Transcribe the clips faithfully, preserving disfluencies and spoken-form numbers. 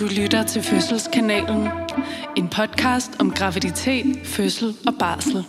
Du lytter til Fødselskanalen, en podcast om graviditet, fødsel og barsel.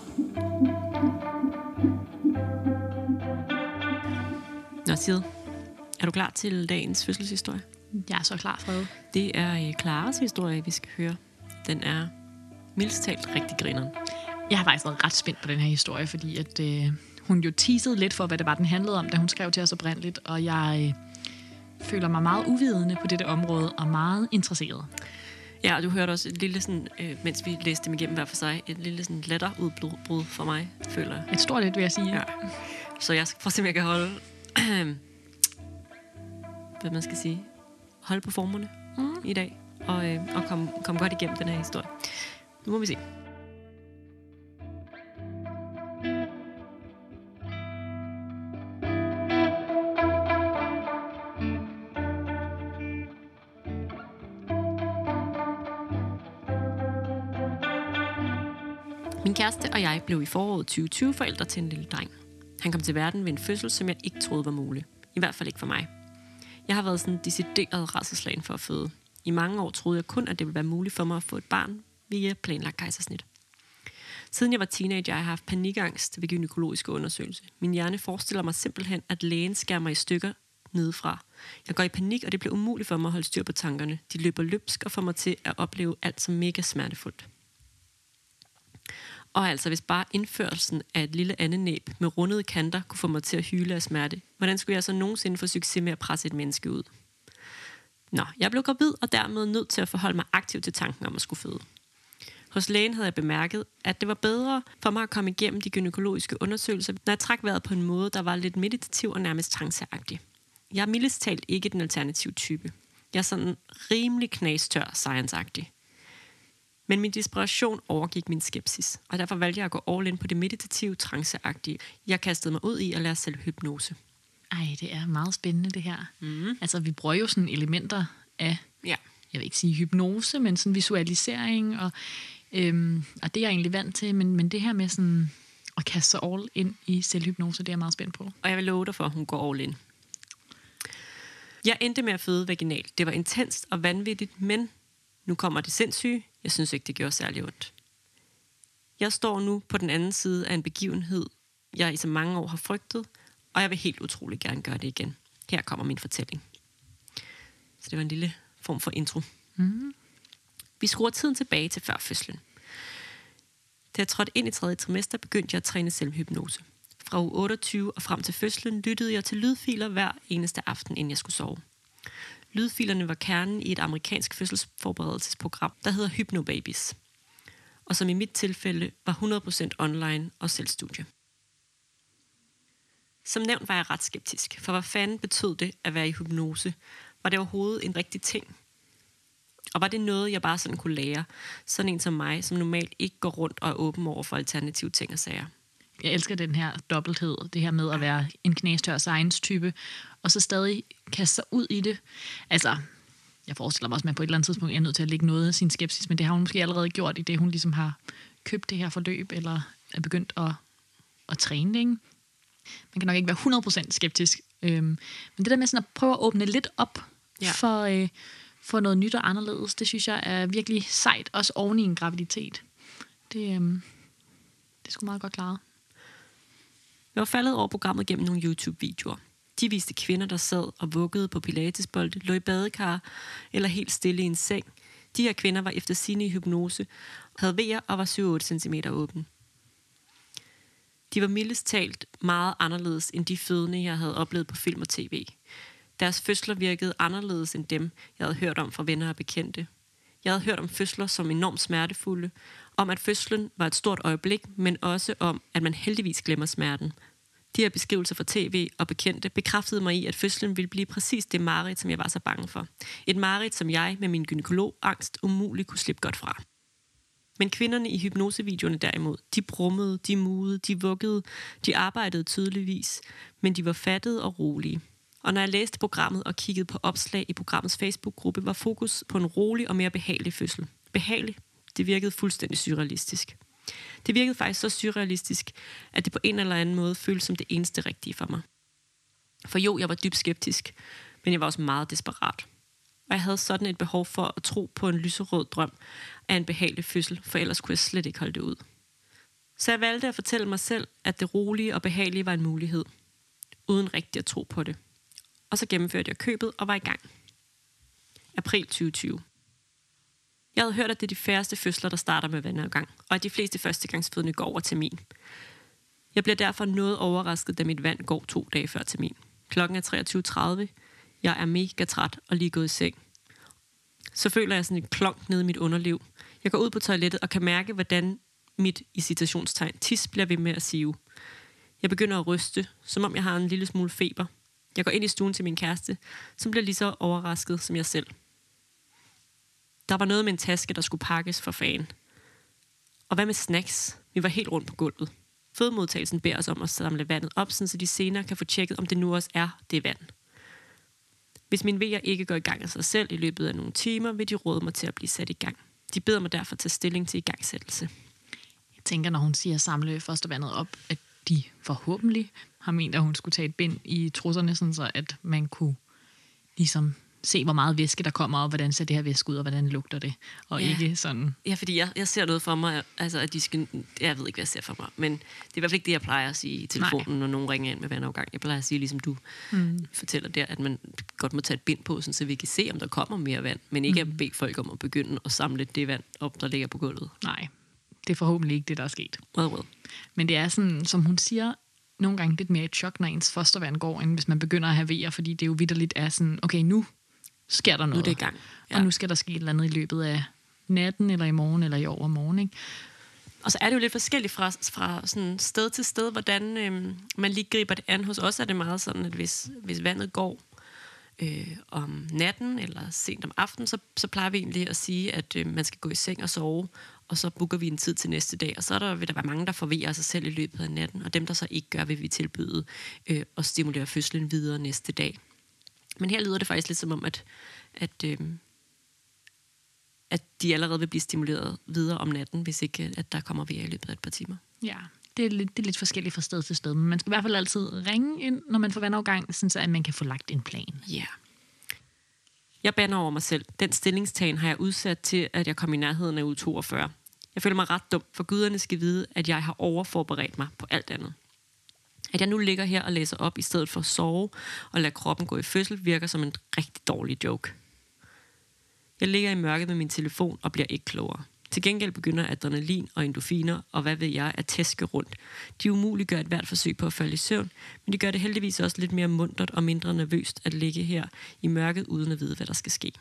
Nå, Sid, er du klar til dagens fødselshistorie? Jeg er så klar, Frede. Det er Claras historie, vi skal høre. Den er mildest talt rigtig grineren. Jeg har faktisk været ret spændt på den her historie, fordi at, øh, hun jo teasede lidt for, hvad det var, den handlede om, da hun skrev til os oprindeligt, og jeg øh, føler mig meget uvidende på dette område og meget interesseret. Ja, og du hørte også et lille, sådan, øh, mens vi læste dem igennem hver for sig, et lille sådan latterudbrud for mig, føler jeg. Et stort et, vil jeg sige. Ja. Så jeg skal prøve at se, om jeg kan holde, hvad man skal sige, holde på formerne mm. i dag, og, øh, og komme kom godt igennem den her historie. Nu må vi se. Min kæreste og jeg blev i foråret tyve tyve forældre til en lille dreng. Han kom til verden ved en fødsel, som jeg ikke troede var mulig. I hvert fald ikke for mig. Jeg har været sådan decideret rædselsslagen for at føde. I mange år troede jeg kun, at det ville være muligt for mig at få et barn via planlagt kejsersnit. Siden jeg var teenager, har jeg haft panikangst ved gynækologiske undersøgelser. Min hjerne forestiller mig simpelthen, at lægen skærer mig i stykker nedefra. Jeg går i panik, og det bliver umuligt for mig at holde styr på tankerne. De løber løbsk og får mig til at opleve alt som mega smertefuldt. Og altså, hvis bare indførelsen af et lille andenæb med rundede kanter kunne få mig til at hyle af smerte, hvordan skulle jeg så nogensinde få succes med at presse et menneske ud? Nå, jeg blev gravid og dermed nødt til at forholde mig aktivt til tanken om at skulle føde. Hos lægen havde jeg bemærket, at det var bedre for mig at komme igennem de gynækologiske undersøgelser, når jeg trak vejret på en måde, der var lidt meditativ og nærmest tranceagtig. Jeg er mildest talt ikke den alternative type. Jeg er sådan rimelig knastør science-agtig. Men min desperation overgik min skepsis, og derfor valgte jeg at gå all in på det meditative, tranceagtige. Jeg kastede mig ud i at lære selvhypnose. Ej, det er meget spændende, det her. Mm. Altså, vi bruger jo sådan elementer af, ja. jeg vil ikke sige hypnose, men sådan visualisering, og, øhm, og det er jeg egentlig vant til, men, men det her med sådan at kaste sig all in i selvhypnose, det er jeg meget spændt på. Og jeg vil love dig for, at hun går all in. Jeg endte med at føde vaginalt. Det var intenst og vanvittigt, men nu kommer det sindssyge. Jeg synes ikke, det gjorde særlig ondt. Jeg står nu på den anden side af en begivenhed, jeg i så mange år har frygtet, og jeg vil helt utrolig gerne gøre det igen. Her kommer min fortælling. Så det var en lille form for intro. Mm. Vi skruer tiden tilbage til før fødslen. Da jeg trådte ind i tredje trimester, begyndte jeg at træne selvhypnose. Fra uge otteogtyve og frem til fødslen lyttede jeg til lydfiler hver eneste aften, inden jeg skulle sove. Lydfilerne var kernen i et amerikansk fødselsforberedelsesprogram, der hedder Hypnobabies, og som i mit tilfælde var hundrede procent online og selvstudie. Som nævnt var jeg ret skeptisk, for hvad fanden betød det at være i hypnose? Var det overhovedet en rigtig ting? Og var det noget, jeg bare sådan kunne lære? Sådan en som mig, som normalt ikke går rundt og er åben over for alternative ting og sager. Jeg elsker den her dobbelthed, det her med at være en knastør science-type, og så stadig kaste sig ud i det. Altså, jeg forestiller mig også, at man på et eller andet tidspunkt er nødt til at lægge noget af sin skepsis, men det har hun måske allerede gjort i det, hun ligesom har købt det her forløb, eller er begyndt at, at træne det, ikke? Man kan nok ikke være hundrede procent skeptisk, øhm, men det der med sådan at prøve at åbne lidt op ja. for, øh, for noget nyt og anderledes, det synes jeg er virkelig sejt, også oven i en graviditet. Det, øhm, det er sgu meget godt klaret. Jeg var faldet over programmet gennem nogle YouTube-videoer. De viste kvinder, der sad og vuggede på pilatesbolde, lå i badekar eller helt stille i en seng. De her kvinder var efter sigende i hypnose, havde vejer og var syv otte centimeter åbne. De var mildest talt meget anderledes end de fødende, jeg havde oplevet på film og tv. Deres fødsler virkede anderledes end dem, jeg havde hørt om fra venner og bekendte. Jeg havde hørt om fødsler som enormt smertefulde, om at fødslen var et stort øjeblik, men også om, at man heldigvis glemmer smerten. De her beskrivelser fra tv og bekendte bekræftede mig i, at fødslen ville blive præcis det mareridt, som jeg var så bange for. Et mareridt, som jeg med min gynekologangst umuligt kunne slippe godt fra. Men kvinderne i hypnosevideoerne derimod, de brummede, de mugede, de vuggede, de arbejdede tydeligvis, men de var fattede og rolige. Og når jeg læste programmet og kiggede på opslag i programmets Facebook-gruppe, var fokus på en rolig og mere behagelig fødsel. Behagelig? Det virkede fuldstændig surrealistisk. Det virkede faktisk så surrealistisk, at det på en eller anden måde føltes som det eneste rigtige for mig. For jo, jeg var dybt skeptisk, men jeg var også meget desperat. og jeg havde sådan et behov for at tro på en lyserød drøm af en behagelig fødsel, for ellers kunne jeg slet ikke holde det ud. Så jeg valgte at fortælle mig selv, at det rolige og behagelige var en mulighed, uden rigtig at tro på det. Og så gennemførte jeg købet og var i gang. April tyve tyve. Jeg havde hørt, at det er de færreste fødsler, der starter med vandafgang, og at de fleste førstegangsfødende går over termin. Jeg bliver derfor noget overrasket, da mit vand går to dage før termin. Klokken er treogtyve tredive. Jeg er mega træt og lige gået i seng. Så føler jeg sådan et klonk nede i mit underliv. Jeg går ud på toilettet og kan mærke, hvordan mit, i citationstegn, tis bliver ved med at sive. Jeg begynder at ryste, som om jeg har en lille smule feber. Jeg går ind i stuen til min kæreste, som bliver lige så overrasket som jeg selv. Der var noget med en taske, der skulle pakkes for fan. Og hvad med snacks? Vi var helt rundt på gulvet. Fødemodtagelsen beder os om at samle vandet op, så de senere kan få tjekket, om det nu også er det vand. Hvis mine vejer ikke går i gang af sig selv i løbet af nogle timer, vil de råde mig til at blive sat i gang. De beder mig derfor tage stilling til igangsættelse. Jeg tænker, når hun siger samle fostervandet op, at de forhåbentlig har ment, at hun skulle tage et bind i trusserne, sådan så at man kunne ligesom se, hvor meget væske der kommer, og hvordan ser det her væske ud, og hvordan lugter det, og ja. ikke sådan... Ja, fordi jeg, jeg ser noget for mig, altså at de skal... Jeg ved ikke, hvad jeg ser for mig, men det er i hvert fald ikke det, jeg plejer at sige i telefonen, Nej. Når nogen ringer ind med vandafgang. Jeg plejer at sige, ligesom du mm. fortæller der, at man godt må tage et bind på, sådan, så vi kan se, om der kommer mere vand, men ikke mm. at bede folk om at begynde at samle det vand op, der ligger på gulvet. Nej, det er forhåbentlig ikke det, der er sket. Well, well. Men det er sådan, som hun siger, nogle gange lidt mere et chok, når ens fostervand går, end hvis man begynder at have vejer, fordi det jo vitterligt er sådan, okay, nu sker der noget. Nu er det i gang. Ja. Og nu skal der ske et eller andet i løbet af natten, eller i morgen, eller i overmorgen, ikke? Og så er det jo lidt forskelligt fra, fra sådan sted til sted, hvordan øhm, man lige griber det an. Hos os er det meget sådan, at hvis, hvis vandet går øh, om natten eller sent om aftenen, så, så plejer vi egentlig at sige, at øh, man skal gå i seng og sove, og så booker vi en tid til næste dag. Og så er der, vil der være mange, der forvirrer sig selv i løbet af natten, og dem, der så ikke gør, vil vi tilbyde øh, at stimulere fødslen videre næste dag. Men her lyder det faktisk lidt som om, at, at, øh, at de allerede vil blive stimuleret videre om natten, hvis ikke at der kommer vejr i løbet af et par timer. Ja, det er lidt, det er lidt forskelligt fra sted til sted, men man skal i hvert fald altid ringe ind, når man får vandafgang, sådan så at man kan få lagt en plan. Ja. Yeah. Jeg bander over mig selv. Den stillingstagen har jeg udsat til, at jeg kom i nærheden af uge toogfyrre. Jeg føler mig ret dum, for guderne skal vide, at jeg har overforberedt mig på alt andet. At jeg nu ligger her og læser op, i stedet for at sove og lade kroppen gå i fødsel, virker som en rigtig dårlig joke. Jeg ligger i mørket med min telefon og bliver ikke klogere. Til gengæld begynder adrenalin og endorfiner, og hvad ved jeg, at tæske rundt. De umuliggør et hvert forsøg på at falde i søvn, men de gør det heldigvis også lidt mere muntert og mindre nervøst at ligge her i mørket, uden at vide, hvad der skal ske.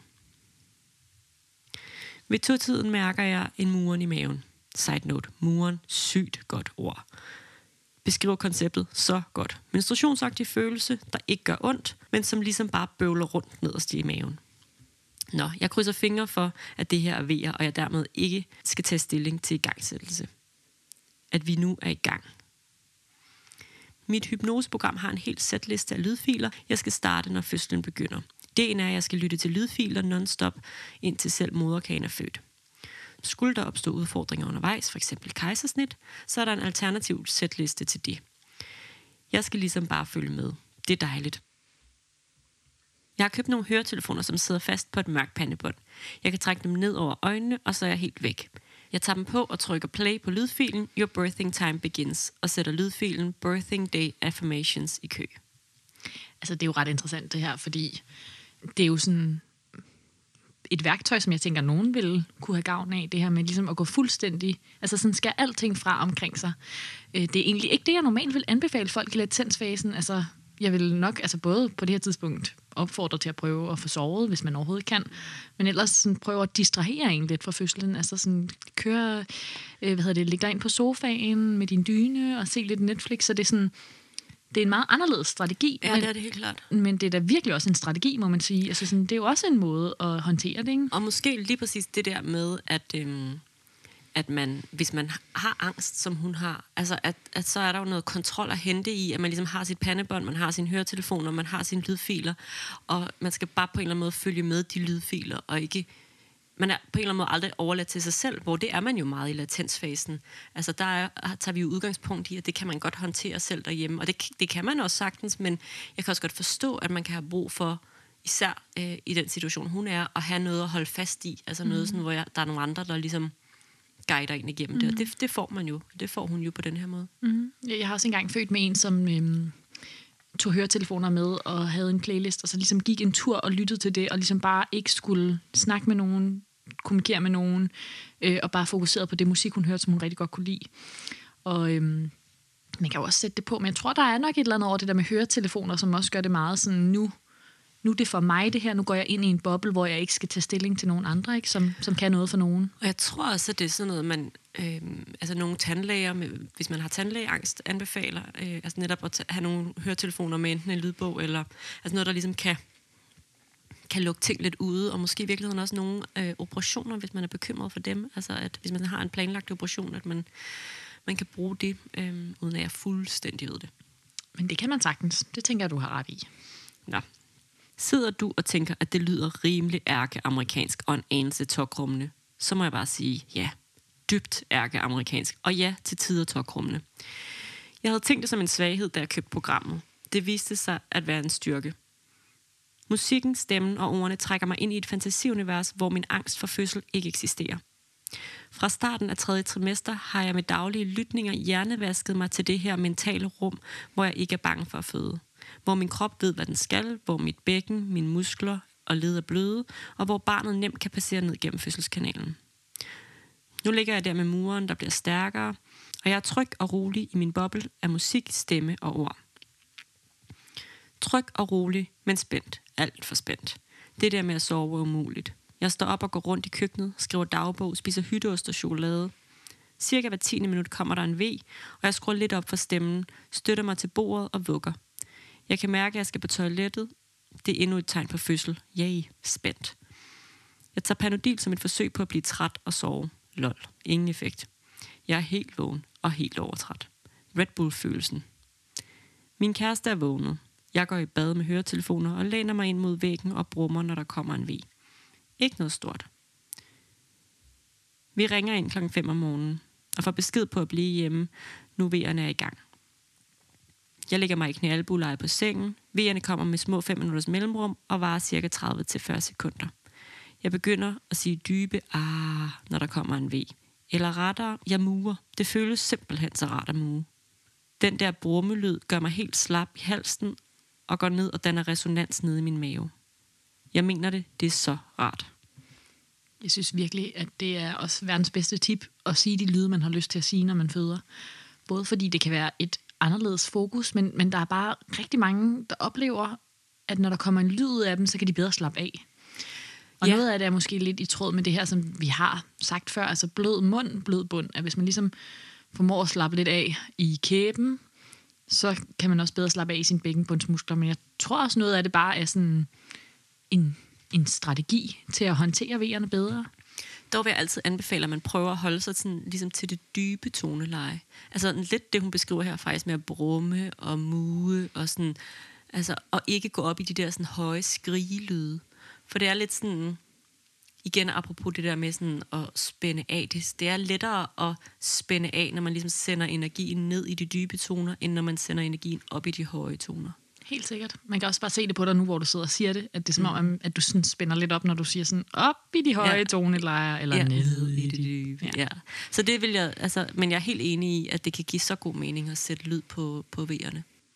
Ved to-tiden mærker jeg en muren i maven. Side note, muren, sygt godt ord. Beskriver konceptet så godt. Menstruationsagtig følelse, der ikke gør ondt, men som ligesom bare bøvler rundt nederst i maven. Nå, jeg krydser fingre for, at det her er vejer, og jeg dermed ikke skal tage stilling til igangsættelse. At vi nu er i gang. Mit hypnoseprogram har en helt setliste af lydfiler, jeg skal starte, når fødslen begynder. Det ene er, at jeg skal lytte til lydfiler non-stop, indtil selv moderkagen er født. Skulle der opstå udfordringer undervejs, f.eks. kejsersnit, så er der en alternativ setliste til det. Jeg skal ligesom bare følge med. Det er dejligt. Jeg har købt nogle høretelefoner, som sidder fast på et mørkt pandebånd. Jeg kan trække dem ned over øjnene, og så er jeg helt væk. Jeg tager dem på og trykker play på lydfilen Your Birthing Time Begins, og sætter lydfilen Birthing Day Affirmations i kø. Altså, det er jo ret interessant det her, fordi det er jo sådan et værktøj, som jeg tænker, nogen vil kunne have gavn af, det her med ligesom at gå fuldstændig, altså sådan skal alting fra omkring sig. Det er egentlig ikke det, jeg normalt vil anbefale folk i latensfasen. Altså, jeg vil nok, altså både på det her tidspunkt, opfordre til at prøve at få sovet, hvis man overhovedet kan, men ellers sådan prøve at distrahere en lidt fra fødslen, altså sådan køre, øh, hvad hedder det, ligge dig ind på sofaen med din dyne og se lidt Netflix, så det er sådan, det er en meget anderledes strategi. Ja, men, det er det helt klart. Men det er da virkelig også en strategi, må man sige. Altså sådan, det er jo også en måde at håndtere det, ikke? Og måske lige præcis det der med, at, øhm, at man, hvis man har angst, som hun har, altså at, at så er der jo noget kontrol at hente i, at man ligesom har sit pandebånd, man har sin høretelefon, og man har sine lydfiler, og man skal bare på en eller anden måde følge med de lydfiler, og ikke... Man er på en eller anden måde aldrig overladt til sig selv, hvor det er man jo meget i latensfasen. Altså der er, tager vi jo udgangspunkt i, at det kan man godt håndtere selv derhjemme, og det, det kan man også sagtens, men jeg kan også godt forstå, at man kan have brug for især øh, i den situation, hun er, at have noget at holde fast i. Altså noget, mm. sådan, hvor jeg, der er nogle andre, der ligesom guider ind igennem mm. det. Og det, det får man jo. Det får hun jo på den her måde. Mm. Jeg har også engang født med en, som øhm, tog høretelefoner med og havde en playlist, og så ligesom gik en tur og lyttede til det, og ligesom bare ikke skulle snakke med nogen, kommunikere med nogen, øh, og bare fokuseret på det musik, hun hørte, som hun rigtig godt kunne lide. Og øhm, man kan jo også sætte det på, men jeg tror, der er nok et eller andet over det der med høretelefoner, som også gør det meget sådan, nu, nu er det for mig det her, nu går jeg ind i en boble, hvor jeg ikke skal tage stilling til nogen andre, ikke? Som, som kan noget for nogen. Og jeg tror også, at det er sådan noget, man, øh, altså nogle tandlæger, med, hvis man har tandlægeangst, anbefaler, øh, altså netop at have nogle høretelefoner med enten en lydbog, eller altså noget, der ligesom kan, kan lukke ting lidt ude, og måske i virkeligheden også nogle øh, operationer, hvis man er bekymret for dem, altså at hvis man har en planlagt operation, at man, man kan bruge det, øh, uden at jeg fuldstændig ved det. Men det kan man sagtens. Det tænker jeg, du har ret i. Ja. Sidder du og tænker, at det lyder rimelig ærkeamerikansk og en anelse tokrummende, så må jeg bare sige ja, dybt ærkeamerikansk, og ja, til tider tokrummende. Jeg havde tænkt det som en svaghed, da jeg købte programmet. Det viste sig at være en styrke. Musikken, stemmen og ordene trækker mig ind i et fantasiunivers, hvor min angst for fødsel ikke eksisterer. Fra starten af tredje trimester har jeg med daglige lytninger hjernevasket mig til det her mentale rum, hvor jeg ikke er bange for at føde. Hvor min krop ved, hvad den skal, hvor mit bækken, mine muskler og led er bløde, og hvor barnet nemt kan passere ned gennem fødselskanalen. Nu ligger jeg der med muren, der bliver stærkere, og jeg er tryg og rolig i min boble af musik, stemme og ord. Tryg og rolig, men spændt. Alt for spændt. Det der med at sove er umuligt. Jeg står op og går rundt i køkkenet, skriver dagbog, spiser hytteost og chokolade. Cirka hver tiende minut kommer der en V, og jeg skruer lidt op for stemmen, støtter mig til bordet og vugger. Jeg kan mærke, at jeg skal på toilettet. Det er endnu et tegn på fødsel. Yay, spændt. Jeg tager Panodil som et forsøg på at blive træt og sove. Lol, ingen effekt. Jeg er helt vågen og helt overtræt. Red Bull-følelsen. Min kæreste er vågnet. Jeg går i bad med høretelefoner og læner mig ind mod væggen og brummer, når der kommer en V. Ikke noget stort. Vi ringer ind klokken fem om morgenen og får besked på at blive hjemme. Nu V'erne er i gang. Jeg lægger mig i knæalbuleje på sengen. V'erne kommer med små fem minutters mellemrum og varer cirka tredive til fyrre sekunder. Jeg begynder at sige dybe ah, når der kommer en V. Eller rettere, jeg muger. Det føles simpelthen så rart at muge. Den der brummelyd gør mig helt slap i halsen og går ned og danner resonans nede i min mave. Jeg mener det, det er så rart. Jeg synes virkelig, at det er også verdens bedste tip at sige de lyde, man har lyst til at sige, når man føder. Både fordi det kan være et anderledes fokus, men, men der er bare rigtig mange, der oplever, at når der kommer en lyd ud af dem, så kan de bedre slappe af. Og ja. Noget af det er måske lidt i tråd med det her, som vi har sagt før, altså blød mund, blød bund. At hvis man ligesom formår at slappe lidt af i kæben, så kan man også bedre slappe af i sine bækkenbundsmuskler. Men jeg tror også noget af det bare er sådan en, en strategi til at håndtere V'erne bedre. Dog vil jeg altid anbefale, at man prøver at holde sig sådan, ligesom til det dybe toneleje. Altså lidt det, hun beskriver her faktisk med at brumme og muge, og, sådan, altså, og ikke gå op i de der sådan, høje skrigelyde. For det er lidt sådan, igen apropos det der med sådan, at spænde af, det, det er lettere at spænde af, når man ligesom sender energien ned i de dybe toner, end når man sender energien op i de høje toner. Helt sikkert. Man kan også bare se det på dig nu, hvor du sidder og siger det, at det er som om, at du sådan spænder lidt op, når du siger sådan, op i de høje ja. tonelejer, eller ja, ned i de dybe. Ja. Ja. Så det vil jeg, altså, men jeg er helt enig i, at det kan give så god mening at sætte lyd på, på V'erne.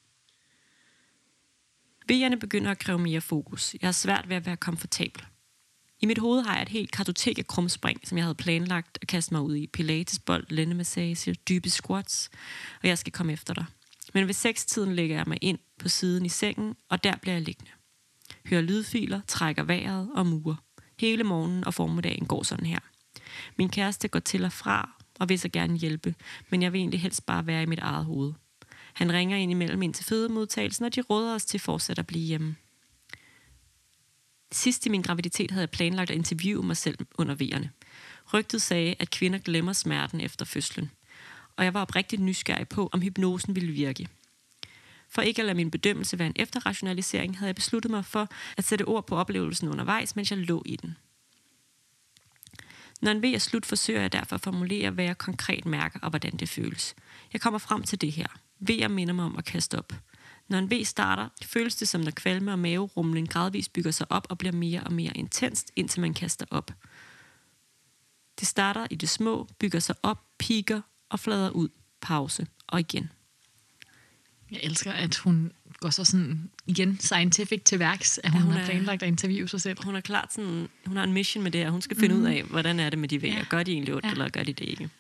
V'erne begynder at kræve mere fokus. Jeg har svært ved at være komfortabel. I mit hoved har jeg et helt kartotek af krumspring, som jeg havde planlagt at kaste mig ud i. Pilatesbold, lændemassage, dybe squats, og jeg skal komme efter dig. Men ved sekstiden lægger jeg mig ind på siden i sengen, og der bliver jeg liggende. Hører lydfiler, trækker vejret og murer. Hele morgenen og formiddagen går sådan her. Min kæreste går til og fra og vil så gerne hjælpe, men jeg vil egentlig helst bare være i mit eget hoved. Han ringer ind imellem ind til fødemodtagelsen, og de råder os til fortsat at blive hjemme. Sidst i min graviditet havde jeg planlagt at interviewe mig selv under V'erne. Rygtet sagde, at kvinder glemmer smerten efter fødslen. Og jeg var oprigtigt nysgerrig på, om hypnosen ville virke. For ikke at lade min bedømmelse være en efterrationalisering, havde jeg besluttet mig for at sætte ord på oplevelsen undervejs, mens jeg lå i den. Når en V er slut, forsøger jeg derfor at formulere, hvad jeg konkret mærker og hvordan det føles. Jeg kommer frem til det her. V'er minder mig om at kaste op. Når en V starter, føles det som når kvalme og maverumlen gradvist bygger sig op og bliver mere og mere intenst, indtil man kaster op. Det starter i det små, bygger sig op, piker og flader ud, pause og igen. Jeg elsker, at hun går så sådan igen scientific til værks, at hun, ja, hun har planlagt at interviewe sig selv. Hun er klart sådan, hun har en mission med det her. Hun skal finde mm. ud af, hvordan er det med de væger. Ja. Gør de egentlig ondt, ja. eller gør de det ikke?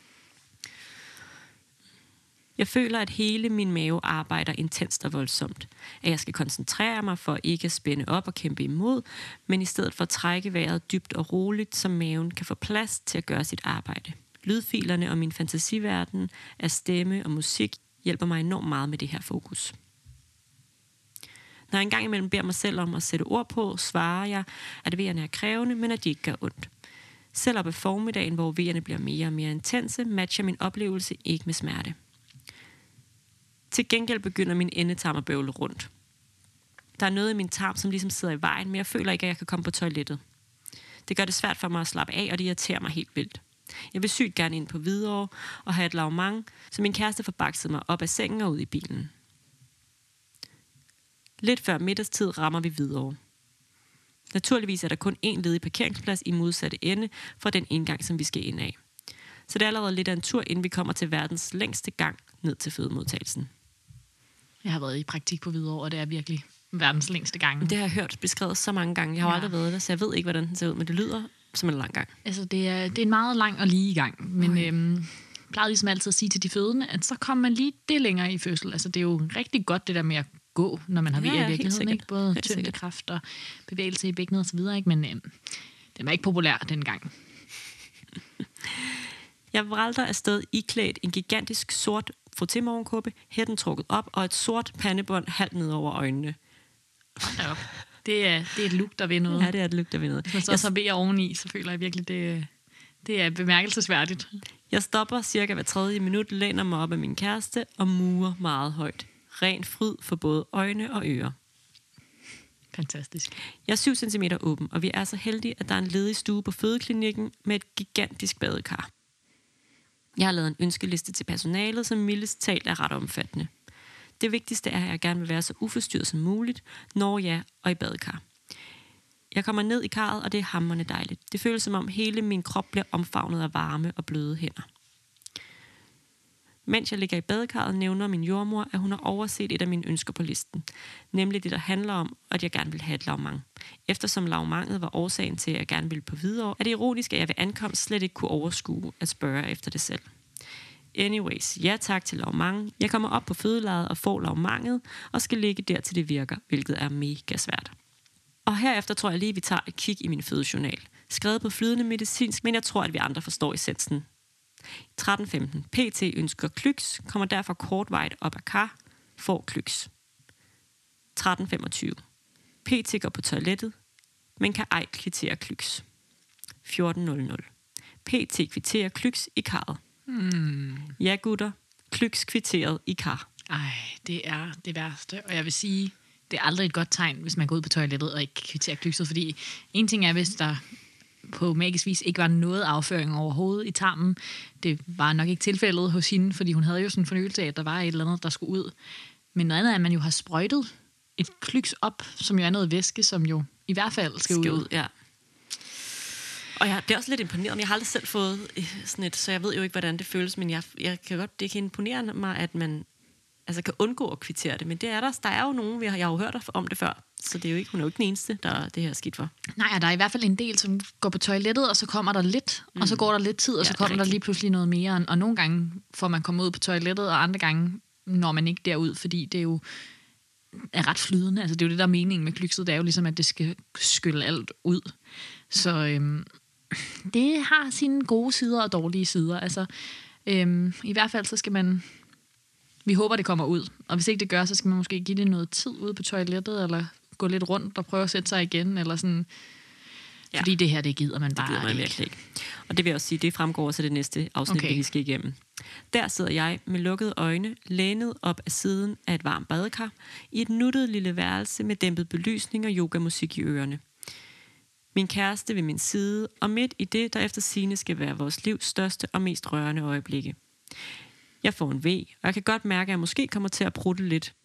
Jeg føler, at hele min mave arbejder intenst og voldsomt. At jeg skal koncentrere mig for ikke at spænde op og kæmpe imod, men i stedet for at trække vejret dybt og roligt, så maven kan få plads til at gøre sit arbejde. Lydfilerne og min fantasiverden af stemme og musik hjælper mig enormt meget med det her fokus. Når jeg engang imellem beder mig selv om at sætte ord på, svarer jeg, at vejerne er krævende, men at de ikke gør ondt. Selv op ad formiddagen, hvor vejerne bliver mere og mere intense, matcher min oplevelse ikke med smerte. Til gengæld begynder min endetarm at bøvle rundt. Der er noget i min tarm, som ligesom sidder i vejen, men jeg føler ikke, at jeg kan komme på toilettet. Det gør det svært for mig at slappe af, og det irriterer mig helt vildt. Jeg vil sygt gerne ind på Hvidovre og have et lavement, så min kæreste får bakset mig op af sengen og ud i bilen. Lidt før middagstid rammer vi Hvidovre. Naturligvis er der kun én ledig parkeringsplads i modsatte ende fra den indgang, som vi skal ind af. Så det er allerede lidt af en tur, inden vi kommer til verdens længste gang ned til fødemodtagelsen. Jeg har været i praktik på Hvidovre, og det er virkelig verdens længste gang. Det har jeg hørt beskrevet så mange gange. Jeg har ja. aldrig været der, så jeg ved ikke, hvordan den ser ud, men det lyder som en lang gang. Altså, det er, det er en meget lang og lige gang, men okay. øhm, jeg plejede ligesom altid at sige til de fødende, at så kommer man lige det længere i fødsel. Altså, det er jo rigtig godt, det der med at gå, når man har ja, ja, i virkeligheden, ikke? Både tyngdekraft og bevægelse i bækkenet og så videre, ikke? Men øhm, den var ikke populær dengang. Jeg vralter afsted iklædt en gigantisk sort frottémorgenkåbe, hætten trukket op og et sort pandebånd halvt ned over øjnene. Hold op. Det er, det er et look, der vil noget. Ja, det er et look, der vil noget. Hvis man så jeg... serverer oveni, så føler jeg virkelig, det, det er bemærkelsesværdigt. Jeg stopper cirka hver tredje minut, læner mig op af min kæreste og murer meget højt. Ren fryd for både øjne og ører. Fantastisk. Jeg er syv centimeter åben, og vi er så heldige, at der er en ledig stue på fødeklinikken med et gigantisk badekar. Jeg har lavet en ønskeliste til personalet, som mildest talt er ret omfattende. Det vigtigste er, at jeg gerne vil være så uforstyrret som muligt, når jeg og i badekar. Jeg kommer ned i karret, og det er hamrende dejligt. Det føles som om hele min krop bliver omfavnet af varme og bløde hænder. Mens jeg ligger i badekarret, nævner min jordmor, at hun har overset et af mine ønsker på listen. Nemlig det, der handler om, at jeg gerne vil have et lavement. Eftersom lavmanget var årsagen til, at jeg gerne ville på Hvidovre, er det ironisk, at jeg ved ankomst slet ikke kunne overskue at spørge efter det selv. Anyways, ja tak til lavmang. Jeg kommer op på fødelejet og får lavmanget, og skal ligge der til det virker, hvilket er mega svært. Og herefter tror jeg lige, vi tager et kig i min fødejournal. Skrevet på flydende medicinsk, men jeg tror, at vi andre forstår essensen. tretten femten. P T ønsker klyks, kommer derfor kortvejt op af kar, får klyks. tretten femogtyve. P T går på toilettet, men kan ej kvittere klyks. fjorten nul nul. P T kvitterer klyks i karret. Hmm. Ja gutter, klyks kvitteret i kar. Ej, det er det værste, og jeg vil sige, det er aldrig et godt tegn, hvis man går ud på toilettet og ikke kvitterer klykset, fordi en ting er, hvis der på magisk vis ikke var noget afføring overhovedet i tarmen. Det var nok ikke tilfældet hos hende, fordi hun havde jo sådan en fornøjelse af, at der var et eller andet, der skulle ud. Men noget andet er, at man jo har sprøjtet et klyks op, som jo er noget væske, som jo i hvert fald skal, skal ud. ud. Ja. Og jeg, det er også lidt imponerende. Jeg har aldrig selv fået sådan et, så jeg ved jo ikke, hvordan det føles, men jeg, jeg kan godt, det kan imponere mig, at man altså kan undgå at kvittere det. Men det er der, der er jo nogen, jeg har, jeg har jo hørt om det før, så det er jo ikke, hun er jo ikke den eneste, der det her er skidt for. Nej, der er i hvert fald en del, som går på toilettet, og så kommer der lidt, mm. og så går der lidt tid, og ja, så kommer der lige pludselig noget mere. Og nogle gange får man komme ud på toilettet, og andre gange når man ikke derud, fordi det er jo er ret flydende. Altså det er jo det, der er meningen med klykset, det er jo ligesom, at det skal skylle alt ud. Så øhm, det har sine gode sider og dårlige sider. Altså øhm, i hvert fald så skal man, vi håber, det kommer ud. Og hvis ikke det gør, så skal man måske give det noget tid ude på toilettet, eller gå lidt rundt og prøve at sætte sig igen, eller sådan. Ja. Fordi det her, det gider man bare det gider man ikke. ikke. Og det vil jeg også sige, det fremgår også af det næste afsnit, okay. vi skal igennem. Der sidder jeg med lukkede øjne, lænet op af siden af et varmt badekar, i et nuttet lille værelse med dæmpet belysning og yogamusik i ørerne. Min kæreste ved min side, og midt i det, der efter sigende skal være vores livs største og mest rørende øjeblikke. Jeg får en V, og jeg kan godt mærke, at jeg måske kommer til at prutte lidt.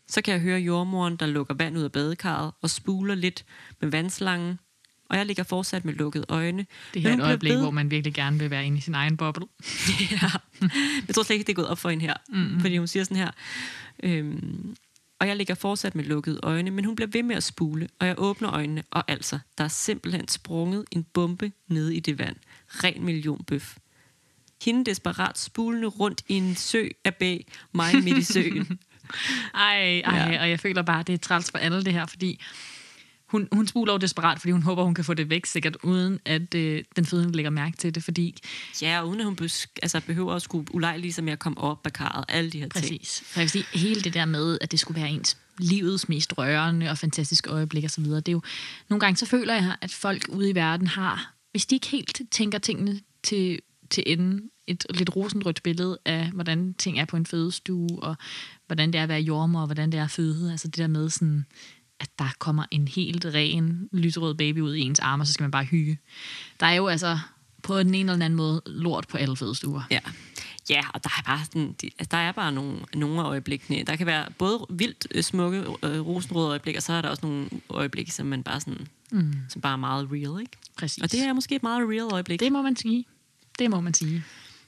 Så kan jeg høre jordmoren, der lukker vand ud af badekarret og spuler lidt med vandslangen, og jeg ligger fortsat med lukkede øjne. Det her er et øjeblik, ved... hvor man virkelig gerne vil være inde i sin egen boble. Ja. Jeg tror slet ikke, det er gået op for hende her, mm-hmm. fordi hun siger sådan her... Øhm, og jeg ligger fortsat med lukkede øjne, men hun bliver ved med at spule, og jeg åbner øjnene, og altså, der er simpelthen sprunget en bombe nede i det vand. Ren millionbøf. Hende desperat spulende rundt i en sø af bag mig midt i søen. Ej, ej, ja. Og jeg føler bare, det er træls for alle det her, fordi hun, hun spuler jo desperat, fordi hun håber, hun kan få det væk sikkert, uden at øh, den fødende lægger mærke til det, fordi... Ja, og uden at hun besk- altså, behøver at skulle ulejlige sig med at komme op af karret, alle de her Præcis. ting. Præcis. For jeg vil sige, hele det der med, at det skulle være ens livets mest rørende og fantastiske øjeblik og så videre, det er jo... Nogle gange så føler jeg, at folk ude i verden har, hvis de ikke helt tænker tingene til, til enden, et lidt rosenrødt billede af, hvordan ting er på en fødestue, og hvordan det er at være jordmor, og hvordan det er at føde. Altså det der med sådan... at der kommer en helt ren, lyserød baby ud i ens arme, og så skal man bare hygge. Der er jo altså på den ene eller anden måde lort på alle fødestuer. Ja, ja, og der er bare, sådan, altså, der er bare nogle, nogle øjeblikkene. Der kan være både vildt smukke øh, rosenrøde øjeblik, og så er der også nogle øjeblikke, som man bare sådan, mm. som bare er meget real, ikke? Præcis. Og det er måske et meget real øjeblik. Det må man sige. Det må man sige.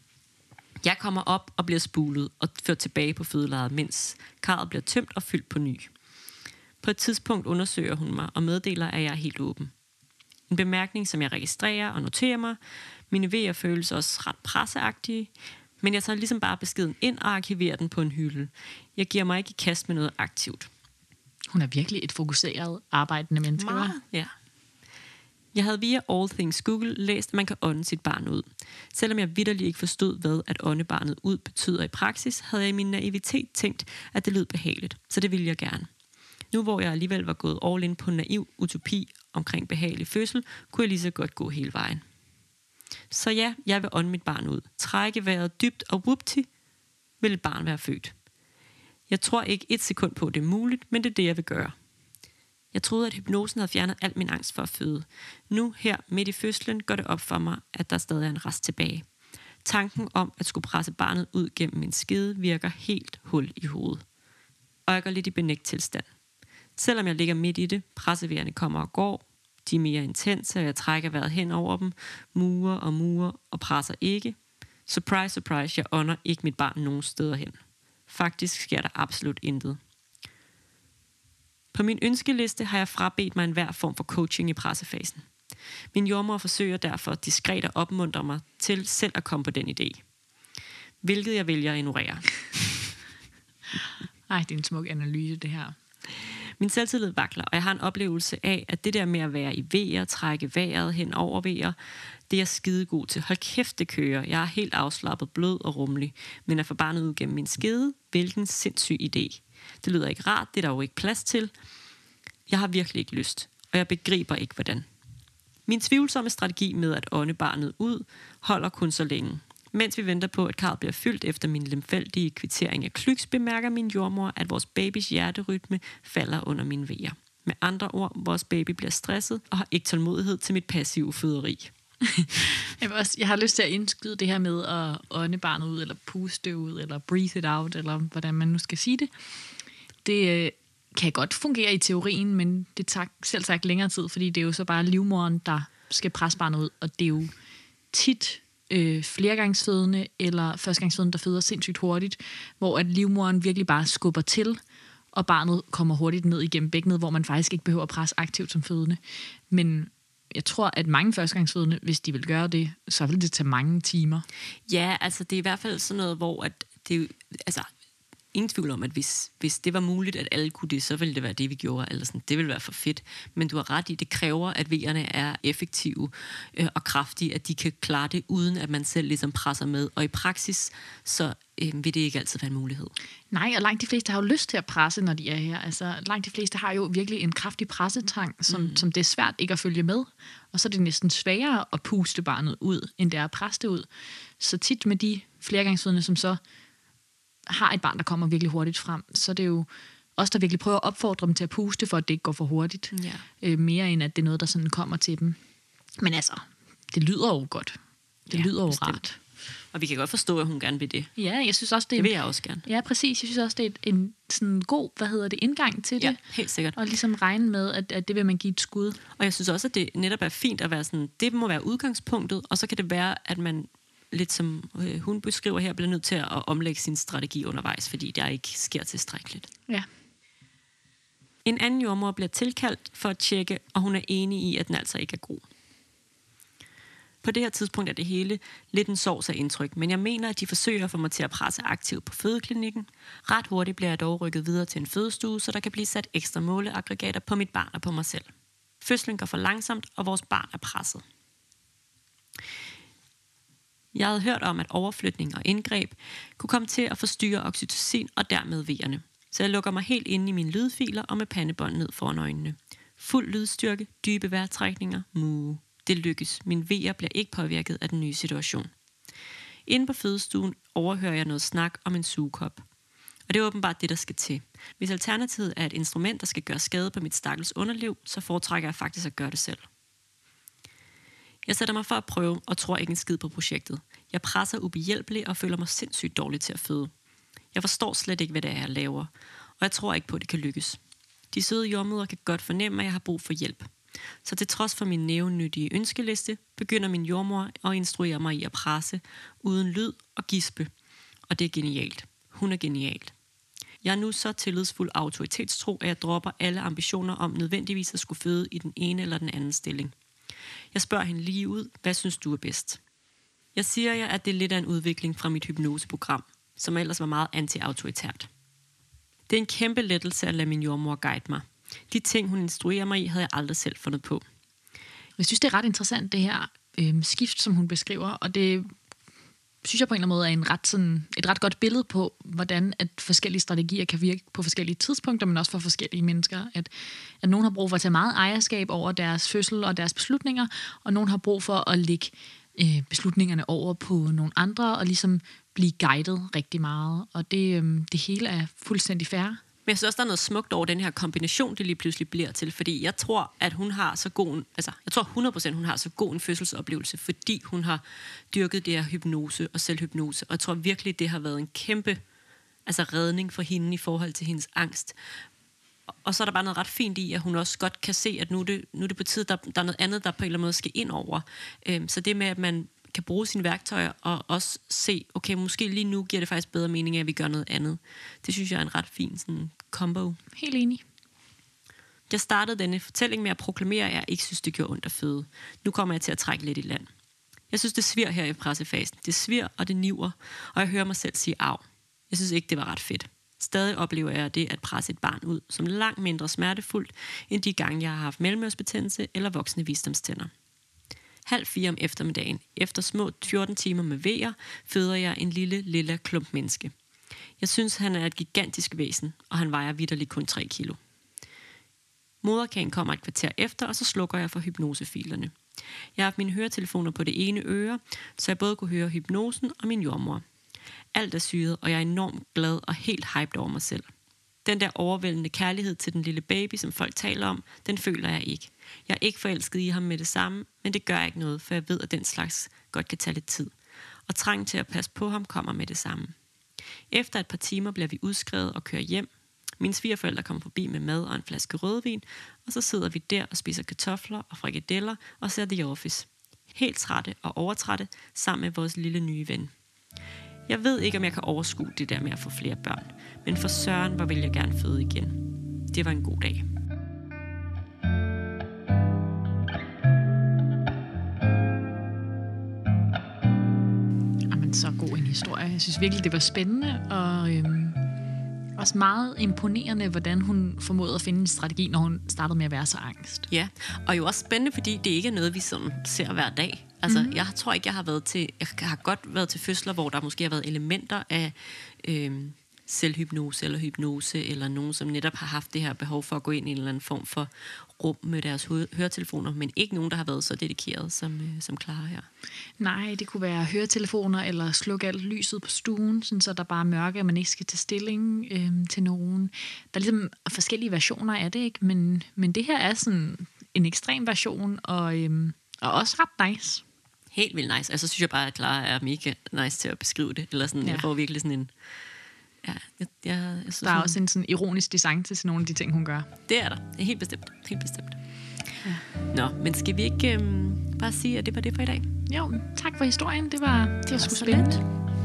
Jeg kommer op og bliver spulet og ført tilbage på fødelejet, mens karret bliver tømt og fyldt på ny. På et tidspunkt undersøger hun mig og meddeler, at jeg er helt åben. En bemærkning, som jeg registrerer og noterer mig. Mine vejer føles også ret presseagtige, men jeg tager ligesom bare beskeden ind og arkiverer den på en hylde. Jeg giver mig ikke i kast med noget aktivt. Hun er virkelig et fokuseret, arbejdende menneske. Meget, ja. Jeg havde via All Things Google læst, at man kan ånde sit barn ud. Selvom jeg vitterligt ikke forstod, hvad at ånde barnet ud betyder i praksis, havde jeg i min naivitet tænkt, at det lød behageligt, så det ville jeg gerne. Nu hvor jeg alligevel var gået all in på naiv utopi omkring behagelig fødsel, kunne jeg lige så godt gå hele vejen. Så ja, jeg vil ånde mit barn ud. Trække vejret dybt, og whoopty, vil et barn være født. Jeg tror ikke et sekund på, at det er muligt, men det er det, jeg vil gøre. Jeg troede, at hypnosen havde fjernet al min angst for at føde. Nu, her midt i fødslen, går det op for mig, at der stadig er en rest tilbage. Tanken om at skulle presse barnet ud gennem min skede virker helt hul i hovedet. Og jeg går lidt i benægt tilstand. Selvom jeg ligger midt i det, pressevejerne kommer og går, de er mere intense, og jeg trækker vejret hen over dem, murer og murer og presser ikke. Surprise, surprise, jeg ånder ikke mit barn nogen steder hen. Faktisk sker der absolut intet. På min ønskeliste har jeg frabedt mig enhver form for coaching i pressefasen. Min jordmor forsøger derfor diskret at opmuntre mig til selv at komme på den idé. Hvilket jeg vælger at ignorere. Ej, det er en smuk analyse, det her. Min selvtillid vakler, og jeg har en oplevelse af, at det der med at være i vejer, trække vejret hen over vejer, det er jeg skidegod til. Hold kæft, det kører. Jeg er helt afslappet, blød og rummelig, men at få barnet ud gennem min skede, hvilken sindssyg idé. Det lyder ikke rart, det er der jo ikke plads til. Jeg har virkelig ikke lyst, og jeg begriber ikke, hvordan. Min tvivlsomme strategi med at ånde barnet ud holder kun så længe. Mens vi venter på, at karret bliver fyldt efter min lemfældige kvittering af klyks, bemærker min jordmor, at vores babys hjerterytme falder under mine vejer. Med andre ord, vores baby bliver stresset og har ikke tålmodighed til mit passive føderi. Jeg, også, jeg har lyst til at indskyde det her med at ånde barnet ud, eller puste ud, eller breathe it out, eller hvordan man nu skal sige det. Det øh, kan godt fungere i teorien, men det tager selv sagt længere tid, fordi det er jo så bare livmoderen, der skal presse barnet ud, og det er jo tit øh, flergangsfødende eller førstegangsfødende, der føder sindssygt hurtigt, hvor at livmoderen virkelig bare skubber til, og barnet kommer hurtigt ned igennem bækkenet, hvor man faktisk ikke behøver at presse aktivt som fødende. Men jeg tror, at mange førstegangsfødende, hvis de vil gøre det, så vil det tage mange timer. Ja, altså det er i hvert fald sådan noget, hvor at det, altså ingen tvivl om, at hvis, hvis det var muligt, at alle kunne det, så ville det være det, vi gjorde. Eller sådan. Det ville være for fedt. Men du har ret i, det kræver, at vejerne er effektive øh, og kraftige, at de kan klare det, uden at man selv ligesom presser med. Og i praksis, så øh, vil det ikke altid være en mulighed. Nej, og langt de fleste har jo lyst til at presse, når de er her. Altså, langt de fleste har jo virkelig en kraftig pressetang, som, mm. som det er svært ikke at følge med. Og så er det næsten sværere at puste barnet ud, end det er at presse det ud. Så tit med de flergangsfødende, som så har et barn, der kommer virkelig hurtigt frem, så det er jo os, der virkelig prøver at opfordre dem til at puste, for at det ikke går for hurtigt. Ja. Øh, mere end at det er noget, der sådan kommer til dem. Men altså, det lyder jo godt. Det ja, lyder jo bestemt. rart. Og vi kan godt forstå, at hun gerne vil det. Ja, jeg synes også, det er... Det vil jeg også gerne. Ja, præcis. Jeg synes også, det er en sådan god, hvad hedder det, indgang til det. Ja, helt sikkert. Og ligesom regne med, at, at det vil man give et skud. Og jeg synes også, at det netop er fint at være sådan, det må være udgangspunktet, og så kan det være, at man lidt som øh, hun beskriver her, bliver nødt til at omlægge sin strategi undervejs, fordi der ikke sker tilstrækkeligt. Ja. En anden jordemoder bliver tilkaldt for at tjekke, og hun er enig i, at den altså ikke er god. På det her tidspunkt er det hele lidt en sovs af indtryk, men jeg mener, at de forsøger at få mig til at presse aktivt på fødeklinikken. Ret hurtigt bliver jeg dog rykket videre til en fødestue, så der kan blive sat ekstra måleaggregater på mit barn og på mig selv. Fødslen går for langsomt, og vores barn er presset. Jeg havde hørt om, at overflytning og indgreb kunne komme til at forstyrre oxytocin og dermed vejerne. Så jeg lukker mig helt inde i mine lydfiler og med pandebånd ned foran øjnene. Fuld lydstyrke, dybe vejrtrækninger, mu. Det lykkes. Min vejer bliver ikke påvirket af den nye situation. Inde på fødestuen overhører jeg noget snak om en sugekop. Og det er åbenbart det, der skal til. Hvis alternativet er et instrument, der skal gøre skade på mit stakkels underliv, så foretrækker jeg faktisk at gøre det selv. Jeg sætter mig for at prøve og tror ikke en skid på projektet. Jeg presser ubehjælpeligt og føler mig sindssygt dårlig til at føde. Jeg forstår slet ikke, hvad det er, jeg laver, og jeg tror ikke på, at det kan lykkes. De søde jordmødre kan godt fornemme, at jeg har brug for hjælp. Så til trods for min nævnyttige ønskeliste, begynder min jordmor at instruere mig i at presse, uden lyd og gispe. Og det er genialt. Hun er genialt. Jeg er nu så tillidsfuld autoritetstro, at jeg dropper alle ambitioner om nødvendigvis at skulle føde i den ene eller den anden stilling. Jeg spørger hende lige ud, hvad synes du er bedst? Jeg siger jer, at det er lidt af en udvikling fra mit hypnoseprogram, som ellers var meget anti-autoritært. Det er en kæmpe lettelse at lade min jordmor guide mig. De ting, hun instruerer mig i, havde jeg aldrig selv fundet på. Jeg synes, det er ret interessant, det her øh, skift, som hun beskriver, og det synes jeg på en eller anden måde er en ret, sådan, et ret godt billede på, hvordan at forskellige strategier kan virke på forskellige tidspunkter, men også for forskellige mennesker. At, at nogen har brug for at tage meget ejerskab over deres fødsel og deres beslutninger, og nogen har brug for at lægge øh, beslutningerne over på nogle andre, og ligesom blive guidet rigtig meget. Og det, øh, det hele er fuldstændig fair. Men jeg synes også, der er noget smukt over den her kombination, det lige pludselig bliver til, fordi jeg tror, at hun har så god en, altså jeg tror hundrede procent, hun har så god en fødselsoplevelse, fordi hun har dyrket det her hypnose og selvhypnose, og jeg tror virkelig, det har været en kæmpe altså redning for hende i forhold til hendes angst. Og så er der bare noget ret fint i, at hun også godt kan se, at nu er det, nu er det på tide, der, der er noget andet, der på en eller anden måde skal ind over. Øhm, så det med, at man kan bruge sine værktøjer og også se, okay, måske lige nu giver det faktisk bedre mening, at vi gør noget andet. Det synes jeg er en ret fin sådan combo. Helt enig. Jeg startede denne fortælling med at proklamere, at jeg ikke synes, det gjorde ondt at føde. Nu kommer jeg til at trække lidt i land. Jeg synes, det svir her i pressefasen. Det svir, og det niver, og jeg hører mig selv sige af. Jeg synes ikke, det var ret fedt. Stadig oplever jeg det at presse et barn ud, som langt mindre smertefuldt, end de gange, jeg har haft mellemørsbetændelse eller voksne visdomstænder. Halv fire om eftermiddagen, efter små fjorten timer med vejer, føder jeg en lille, lille klump menneske. Jeg synes, han er et gigantisk væsen, og han vejer vitterligt kun tre kilo. Moderkagen kommer et kvarter efter, og så slukker jeg for hypnosefilerne. Jeg har haft mine høretelefoner på det ene øre, så jeg både kunne høre hypnosen og min jordmor. Alt er syret, og jeg er enormt glad og helt hyped over mig selv. Den der overvældende kærlighed til den lille baby, som folk taler om, den føler jeg ikke. Jeg er ikke forelsket i ham med det samme, men det gør ikke noget, for jeg ved, at den slags godt kan tage lidt tid. Og trangen til at passe på ham kommer med det samme. Efter et par timer bliver vi udskrevet og kører hjem. Mine svigerforældre kommer forbi med mad og en flaske rødvin, og så sidder vi der og spiser kartofler og frikadeller og ser The Office. Helt trætte og overtrætte sammen med vores lille nye ven. Jeg ved ikke, om jeg kan overskue det der med at få flere børn, men for søren, hvor vil jeg gerne føde igen. Det var en god dag. Jamen, så god en historie. Jeg synes virkelig, det var spændende, og øhm, også meget imponerende, hvordan hun formåede at finde en strategi, når hun startede med at være så angst. Ja, og jo også spændende, fordi det ikke er noget, vi sådan ser hver dag. Altså, mm-hmm. jeg tror ikke, jeg har været til, jeg har godt været til fødsler, hvor der måske har været elementer af øh, selvhypnose eller hypnose, eller nogen, som netop har haft det her behov for at gå ind i en eller anden form for rum med deres høretelefoner, men ikke nogen, der har været så dedikeret som, øh, som Clara her. Nej, det kunne være høretelefoner, eller slukke alt lyset på stuen, sådan så der bare er mørke, og man ikke skal tage stilling øh, til nogen. Der er ligesom forskellige versioner af det, ikke? Men, men det her er sådan en ekstrem version, og, øh, og også ret nice. Helt vildt nice. Og så synes jeg bare, at Clara er mega nice til at beskrive det. Eller sådan, ja. Jeg får virkelig sådan en... Ja, jeg, jeg, jeg synes, der er hun... også en sådan ironisk design til sådan nogle af de ting, hun gør. Det er der. Det er helt bestemt. Helt bestemt. Ja. Nå, men skal vi ikke øhm, bare sige, at det var det for i dag? Jo, tak for historien. Det var, det, det var sgu sgu spændende.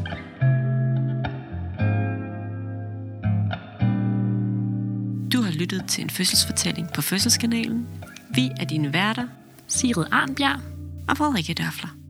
Du har lyttet til en fødselsfortælling på Fødselskanalen. Vi er dine værter, Sigrid Arnbjerg og Frederikke Dørfler.